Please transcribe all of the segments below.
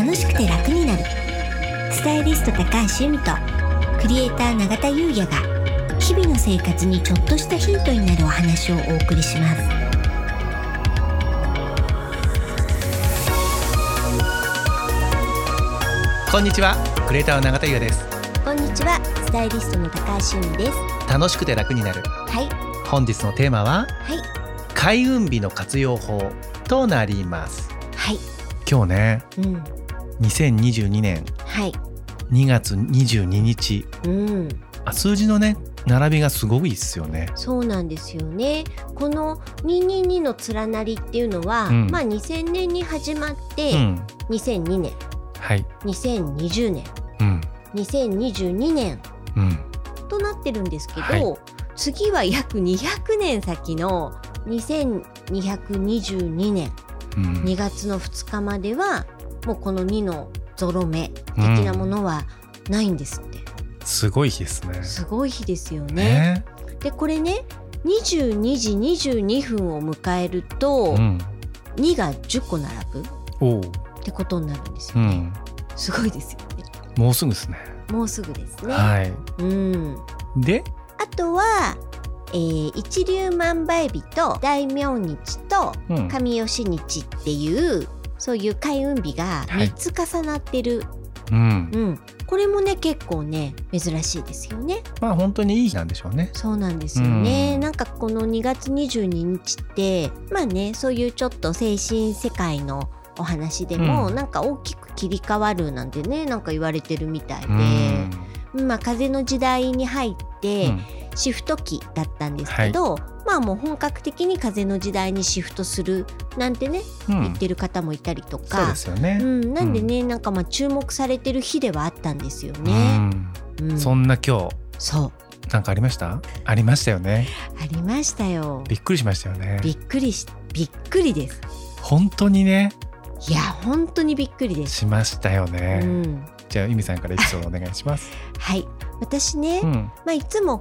楽しくて楽になる。スタイリスト高橋由美とクリエイター永田優也が日々の生活にちょっとしたヒントになるお話をお送りします。 こんにちは、クリエイターの永田優也です。 こんにちは、スタイリストの高橋由美です。 楽しくて楽になる。 はい。 本日のテーマは、 はい。 開運日の活用法となります。 はい。 今日ね、2022年はい。 2月22日、数字のね並びがすごくいいですよね。 そうなんですよね。この222の連なりっていうのは、2000年に始まって、2002年、 はい、2020 年、2022年、となってるんですけど、はい、次は約200年先の2222年、2月の2日まではもうこの2のゾロ目的なものはないんですって。 すごい日ですね。すごい日ですよね。でこれね、22時22分を迎えると、2が10個並ぶってことになるんですよね。すごいですよね。 もうすぐですね。 もうすぐですね。 はい。であとは、一粒万倍日と大明日と上吉日っていう、そういう開運日が3つ重なってる、これもね結構ね珍しいですよね。 本当にいい日なんでしょうね。 そうなんですよね。なんかこの2月22日ってそういうちょっと精神世界のお話でも、なんか大きく切り替わるなんてね、なんか言われてるみたいで、風の時代に入って、シフト期だったんですけど、もう本格的に風の時代にシフトするなんてね、言ってる方もいたりとか、 そうですよね。 なんでね、なんか注目されてる日ではあったんですよね。 そんな今日、 そうなんかありました？ありましたよね。 ありましたよ。 びっくりしましたよね。 びっくりです。 本当にね。 いや本当にびっくりです。 しましたよね。じゃあ由美さんからエピソードお願いします。 はい、私ね、いつも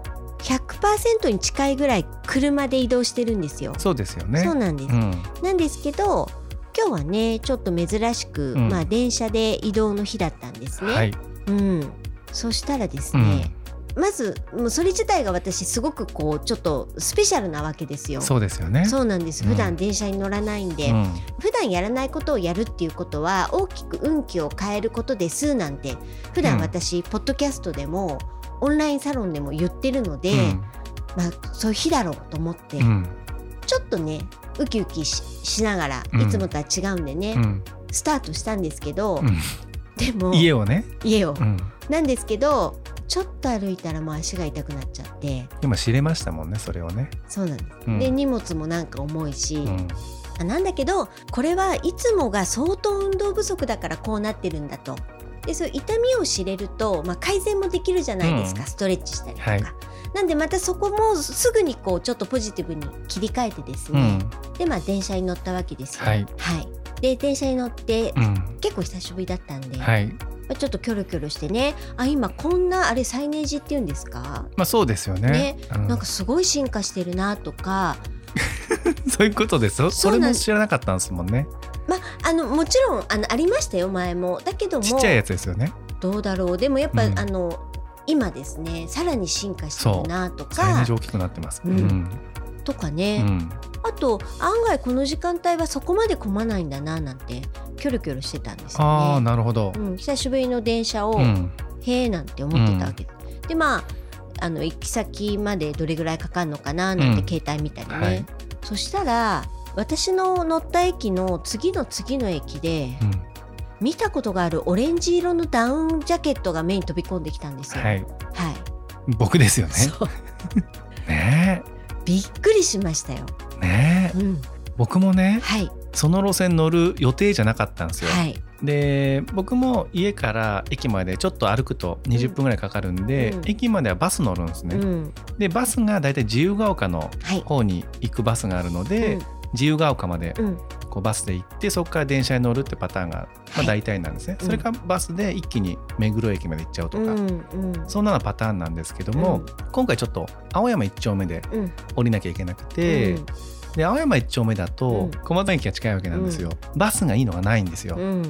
100% に近いぐらい車で移動してるんですよ。 そうですよね。 そうなんです、なんですけど今日はねちょっと珍しく、電車で移動の日だったんですね。はい、そしたらですね、まずもうそれ自体が私すごくこうちょっとスペシャルなわけですよ。 そうですよね。 そうなんです。普段電車に乗らないんで、普段やらないことをやるっていうことは大きく運気を変えることですなんて普段私、ポッドキャストでもオンラインサロンでも言ってるので、そういう日だろうと思って、ちょっとねウキウキ しながら、いつもとは違うんでね、スタートしたんですけど、でも家を、 なんですけどちょっと歩いたらもう足が痛くなっちゃって。 今知れましたもんね、それをね。 そうなんです、で荷物もなんか重いし、なんだけどこれはいつもが相当運動不足だからこうなってるんだと。でそう痛みを知れると、改善もできるじゃないですか、ストレッチしたりとか、なんでまたそこもすぐにこうちょっとポジティブに切り替えてですね、で電車に乗ったわけですよ。で電車に乗って、結構久しぶりだったんで、ちょっとキョロキョロしてね、今こんなサイネージっていうんですか、 そうですよね。 なんかすごい進化してるなとかそういうことですよ。それも知らなかったんですもんね。 もちろんありましたよ前も。だけどもちっちゃいやつですよね。 どうだろう。でもやっぱ、今ですねさらに進化してるなとか、 サイネージ大きくなってます、 とかね、あと案外この時間帯はそこまで混まないんだななんてキョロキョロしてたんですよね。 なるほど、 久しぶりの電車を、へーなんて思ってたわけで、で行き先までどれぐらいかかるのかななんて携帯見たりね、そしたら私の乗った駅の次の駅で、見たことがあるオレンジ色のダウンジャケットが目に飛び込んできたんですよ。 僕ですよね。 そうねえ、 びっくりしましたよねえ、僕もね、その路線乗る予定じゃなかったんですよ。で僕も家から駅までちょっと歩くと20分ぐらいかかるんで、駅まではバス乗るんですね、でバスがだいたい自由が丘の方に行くバスがあるので、自由が丘までこうバスで行って、そこから電車に乗るってパターンが大体なんですね、それからバスで一気に目黒駅まで行っちゃうとか、そんなのパターンなんですけども、今回ちょっと青山一丁目で降りなきゃいけなくて、で青山一丁目だと駒場駅が近いわけなんですよ、バスがいいのがないんですよ、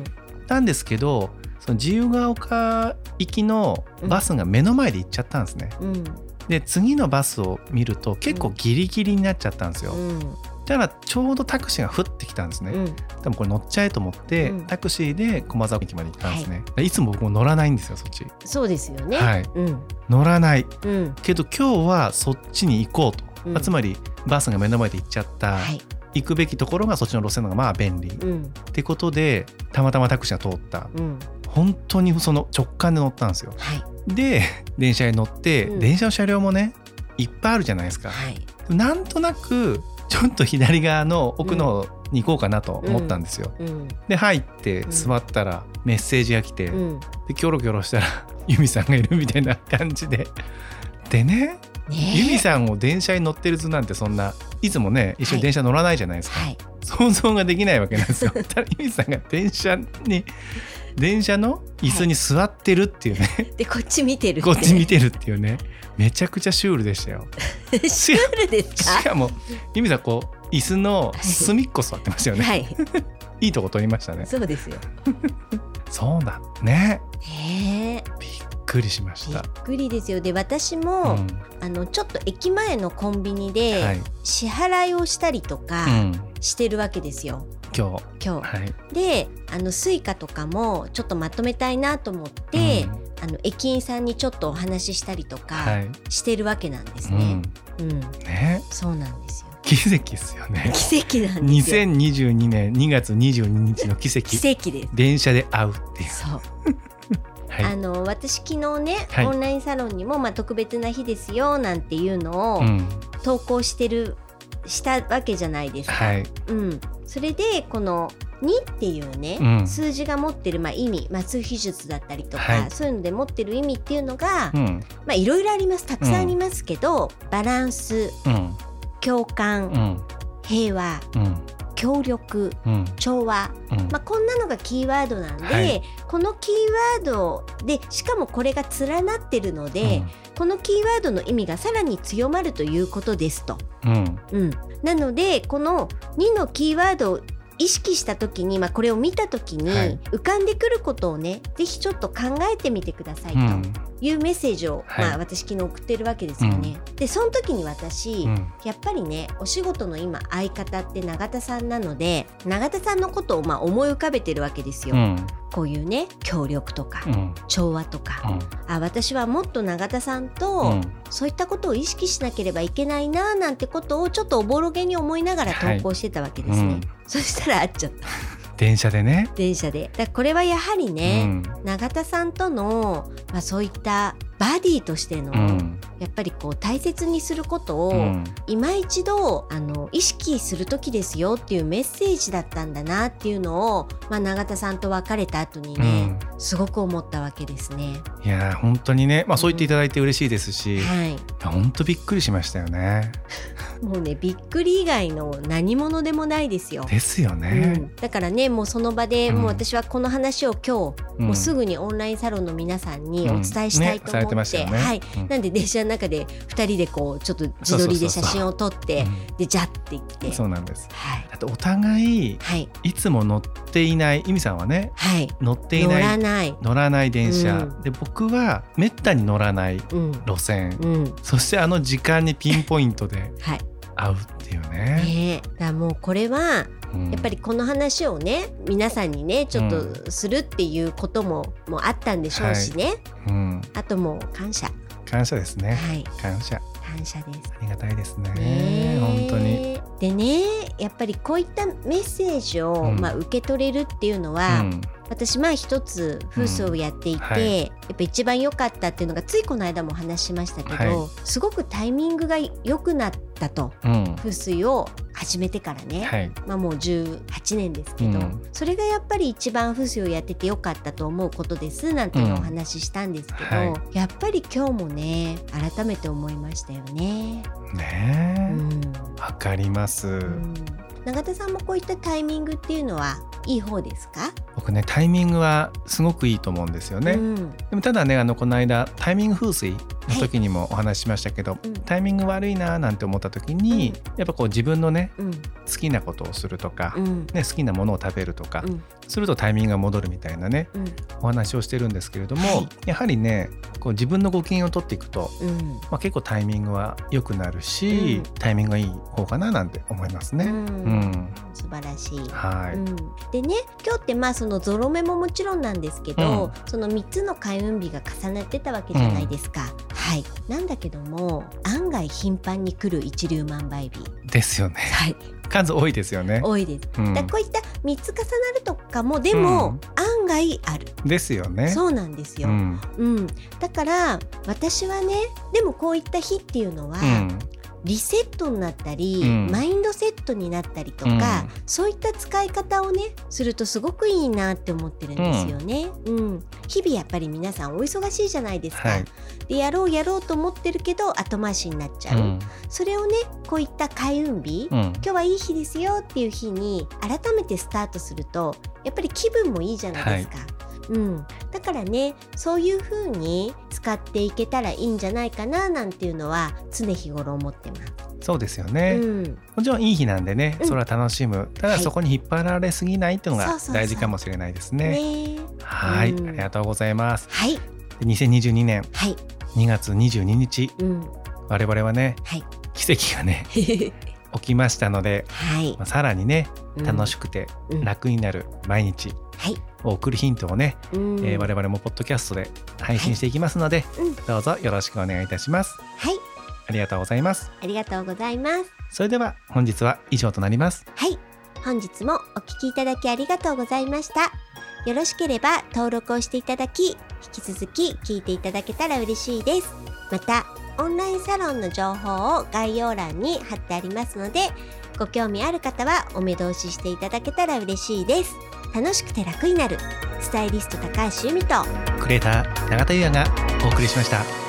たんですけど、その自由が丘行きのバスが目の前で行っちゃったんですね、で次のバスを見ると結構ギリギリになっちゃったんですよ、だからちょうどタクシーが降ってきたんですね、多分これ乗っちゃえと思って、タクシーで駒沢駅まで行ったんですね、いつも僕も乗らないんですよそっち。 そうですよね、 はい、乗らない、けど今日はそっちに行こうと、つまりバスが目の前で行っちゃった、行くべきところがそっちの路線の方がまあ便利、ってことでたまたまタクシーが通った、本当にその直感で乗ったんですよ、で電車に乗って、電車の車両もねいっぱいあるじゃないですか、なんとなくちょっと左側の奥の方に行こうかなと思ったんですよ、で入って座ったらメッセージが来て、でキョロキョロしたらユミさんがいるみたいな感じで、でねユミさんを電車に乗ってる図なんてそんないつもね一緒に電車乗らないじゃないですか、想像ができないわけなんですよただユミさんが電車の椅子に座ってるっていうね、 でこっち見てるって、 こっち見てるっていうね、めちゃくちゃシュールでしたよシュールですか？ しかもユミさんこう椅子の隅っこ座ってましたよね、いいとこ取りましたね。 そうですよそうだね、びっくりしました。 びっくりですよ。で私も、ちょっと駅前のコンビニで支払いをしたりとかしてるわけですよ、今日、でスイカとかもちょっとまとめたいなと思って、駅員さんにちょっとお話ししたりとかしてるわけなんですね、ね、そうなんですよ。 奇跡ですよね。 奇跡なんですよ。 2022年2月22日の奇跡奇跡です。 電車で会うっていう。 そう私昨日ね、オンラインサロンにも、特別な日ですよなんていうのを投稿したわけじゃないですか、それでこの2っていうね、数字が持ってる意味、数比術だったりとか、そういうので持ってる意味っていうのが、いろいろあります。たくさんありますけど、バランス、共感、平和、協力、調和、こんなのがキーワードなんで、このキーワードでしかもこれが連なってるので、このキーワードの意味がさらに強まるということですと、なのでこの2のキーワードを意識した時に、これを見た時に浮かんでくることをね、ぜひちょっと考えてみてくださいというメッセージを、私昨日送ってるわけですよね、でその時に私、やっぱりねお仕事の今相方って永田さんなので、永田さんのことを思い浮かべてるわけですよ、こういうね協力とか、調和とか、私はもっと永田さんと、そういったことを意識しなければいけないななんてことをちょっとおぼろげに思いながら投稿してたわけですね、そしたら会っちゃった電車でね。 電車で。だからこれはやはりね、永田さんとの、そういったバディとしての、やっぱりこう大切にすることを、今一度意識する時ですよっていうメッセージだったんだなっていうのを、永田さんと別れた後にね、すごく思ったわけですね。 いや本当にね、そう言っていただいて嬉しいですし、本当びっくりしましたよね。 もうねびっくり以外の何者でもないですよ。 ですよね、 だからねもうその場で、もう私はこの話を今日、もうすぐにオンラインサロンの皆さんにお伝えしたいと思って、なんで電車の中で2人でこうちょっと自撮りで写真を撮って、でジャッて言って、 そうなんです、だってお互い、いつも乗っていない、由美さんはね、乗っていない乗らない電車、で僕はめったに乗らない路線、そして時間にピンポイントで会うっていうね。 だからもうこれはやっぱりこの話をね皆さんにねちょっとするっていうこともあったんでしょうしね、あともう感謝ですね、感謝です。 ありがたいですね、本当に。 でねやっぱりこういったメッセージを、受け取れるっていうのは、私一つフースをやっていて、やっぱ一番良かったっていうのがついこの間もお話しましたけど、すごくタイミングが良くなったと、風水を始めてからね、もう18年ですけど、それがやっぱり一番風水をやってて良かったと思うことですなんていうのをお話ししたんですけど、やっぱり今日もね改めて思いましたよね。 わかります、 永田さんもこういったタイミングっていうのはいい方ですか？ 僕ね、タイミングはすごくいいと思うんですよね、でもただね、この間タイミング風水の時にもお話ししましたけど、タイミング悪いななんて思った時に、やっぱこう自分のね、好きなことをするとか、ね、好きなものを食べるとか、するとタイミングが戻るみたいなね、お話をしてるんですけれども、やはりね、こう自分のご機嫌を取っていくと、結構タイミングは良くなるし、タイミングがいい方かななんて思いますね。 素晴らしい。 はい。 でね、今日ってそのゾロ目ももちろんなんですけど、その3つの開運日が重なってたわけじゃないですか。はい。なんだけども案外頻繁に来る一粒万倍日ですよね。はい。数多いですよね。 多いです。だこういった3つ重なるとかもでも、案外ある。 ですよね。 そうなんですよ。だから私はね、でもこういった日っていうのは、リセットになったり、マインドセットになったりとか、そういった使い方をねするとすごくいいなって思ってるんですよね。日々やっぱり皆さんお忙しいじゃないですか。でやろうと思ってるけど後回しになっちゃう、それをねこういった開運日、今日はいい日ですよっていう日に改めてスタートするとやっぱり気分もいいじゃないですか。だからね、そういう風に使っていけたらいいんじゃないかななんていうのは常日頃思ってます。 そうですよね、もちろんいい日なんでね、それは楽しむ。ただそこに引っ張られすぎないっていうのが大事かもしれないですね。はい、ありがとうございます。はい。2022年2月22日、我々はね、奇跡がね起きましたので、さらにね楽しくて楽になる毎日を送るヒントをね、我々もポッドキャストで配信していきますので、どうぞよろしくお願いいたします。 はい、 ありがとうございます。 ありがとうございます。 それでは本日は以上となります。 はい、本日もお聞きいただきありがとうございました。よろしければ登録をしていただき、引き続き聞いていただけたら嬉しいです。またオンラインサロンの情報を概要欄に貼ってありますので、ご興味ある方はお目通ししていただけたら嬉しいです。楽しくて楽になるスタイリスト高橋由美とクリエイター永田優也がお送りしました。